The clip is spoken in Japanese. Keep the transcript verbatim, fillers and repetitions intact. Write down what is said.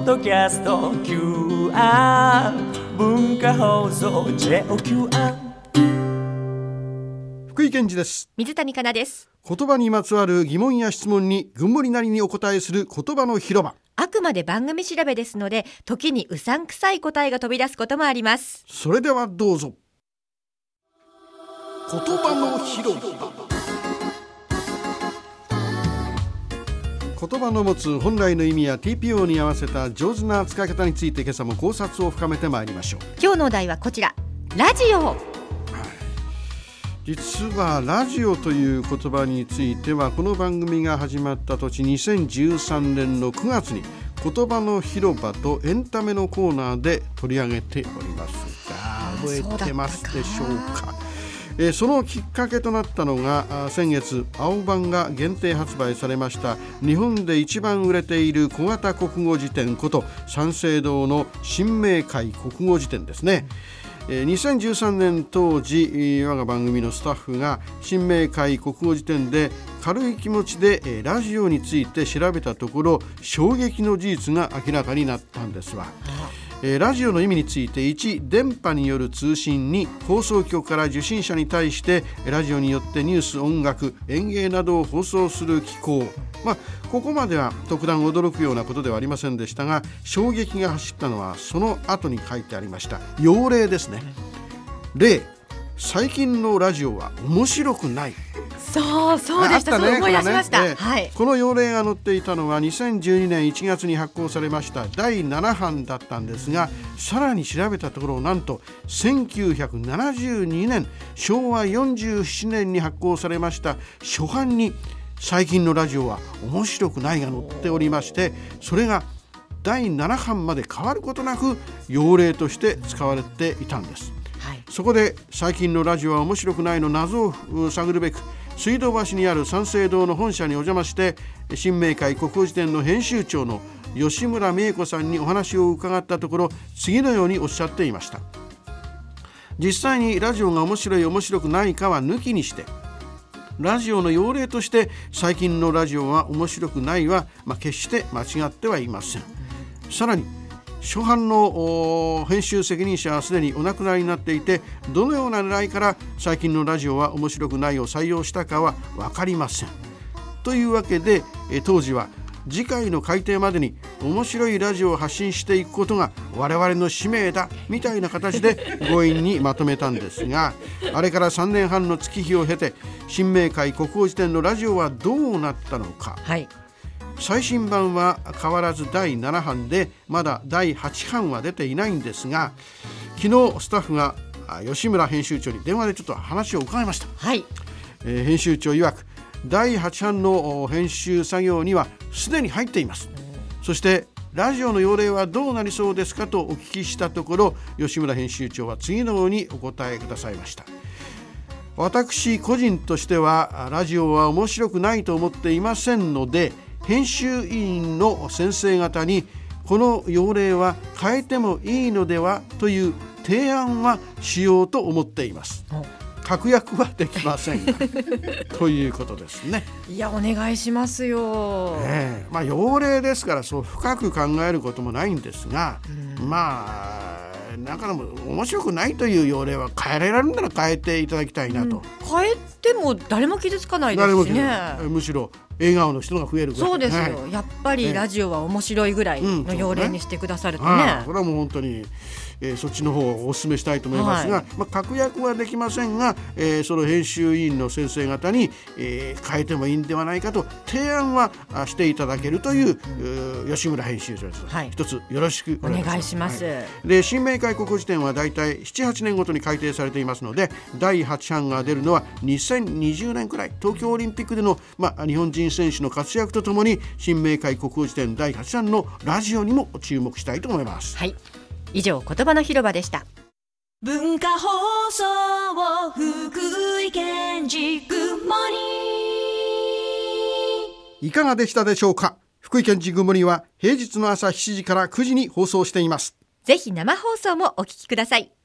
ドキャスト キューアール 文化放送 ジェーオーキューアール。 福井健二です。 水谷香奈です。 言葉にまつわる疑問や質問にぐんもりなりにお答えする言葉の広場。 あくまで番組調べですので、時にうさんくさい答えが飛び出すこともあります。 それではどうぞ。言葉の広場。言葉の持つ本来の意味や ティーピーオー に合わせた上手な使い方について、今朝も考察を深めてまいりましょう。 今日のお題はこちら、ラジオ。 実はラジオという言葉については、この番組が始まった年にせんじゅうさんねんのくがつに言葉の広場とエンタメのコーナーで取り上げておりますが、覚えてますでしょうか。えー、そのきっかけとなったのが、先月青版が限定発売されました日本で一番売れている小型国語辞典こと三省堂の新明解国語辞典ですね。にせんじゅうさんねん当時、我が番組のスタッフが新明解国語辞典で軽い気持ちでラジオについて調べたところ、衝撃の事実が明らかになったんですわ。ラジオの意味について、いち、電波による通信、に、放送局から受信者に対してラジオによってニュース、音楽、演芸などを放送する機構。まあ、ここまでは特段驚くようなことではありませんでしたが、衝撃が走ったのはその後に書いてありました要例ですね。例、最近のラジオは面白くない。 そうそうでした、ね、そう思い出しました、 このね、 はい、 この要例が載っていたのはにせんじゅうにねんいちがつに発行されましただいななばんだったんですが、さらに調べたところ、なんとせんきゅうひゃくななじゅうにねんしょうわよんじゅうななねんに発行されました初版に最近のラジオは面白くないが載っておりまして、それがだいななばんまで変わることなく要例として使われていたんです、はい、そこで最近のラジオは面白くないの謎を探るべく、水道橋にある三省堂の本社にお邪魔して、新明解国語辞典の編集長の吉村美恵子さんにお話を伺ったところ、次のようにおっしゃっていました。実際にラジオが面白い面白くないかは抜きにして、ラジオの要例として最近のラジオは面白くないは、まあ、決して間違ってはいません。さらに初版の編集責任者はすでにお亡くなりになっていて、どのような狙いから最近のラジオは面白くないを採用したかは分かりません。というわけで、当時は次回の改訂までに面白いラジオを発信していくことが我々の使命だみたいな形で強引にまとめたんですが、あれからさんねんはんの月日を経て、新明解国語辞典のラジオはどうなったのか、はい、最新版は変わらずだいななばんで、まだだいはちばんは出ていないんですが、昨日スタッフが吉村編集長に電話でちょっと話を伺いました、はい、えー、編集長曰くだいはちばんの編集作業にはすでに入っています。そしてラジオの要例はどうなりそうですかとお聞きしたところ、吉村編集長は次のようにお答えくださいました。私個人としてはラジオは面白くないと思っていませんので、編集委員の先生方にこの要例は変えてもいいのではという提案はしようと思っています。確約はできませんということですね。 いや、お願いしますよ、 ね、まあ、要例ですからそう深く考えることもないんですが、うん、まあ中でも面白くないという要例は変えられるなら変えていただきたいなと、 うん、変えても誰も傷つかないですしね。 むしろ笑顔の人が増えるぐらい。 そうですよ、はい、やっぱりラジオは面白いぐらいの要例にしてくださるとね、うんね、 これはもう本当に、えー、そっちの方をお勧めしたいと思いますが、はい、まあ、確約はできませんが、えー、その編集委員の先生方に、えー、変えてもいいんではないかと提案はしていただけるという、うん、吉村編集長です、はい、一つよろしくお願いします。お願いします、はい、で新明解国語辞典はだいたいななはちねんごとに改訂されていますので、だいはちばんが出るのはにせんにじゅうねんくらい、東京オリンピックでの、まあ、日本人選手の活躍とともに新明解国語辞典だいはちばんのラジオにも注目したいと思います。 はい、以上言葉の広場でした。 文化放送福井県ジグモニいかがでしたでしょうか。福井県ジグモニは平日の朝しちじからくじに放送しています。 ぜひ生放送もお聞きください。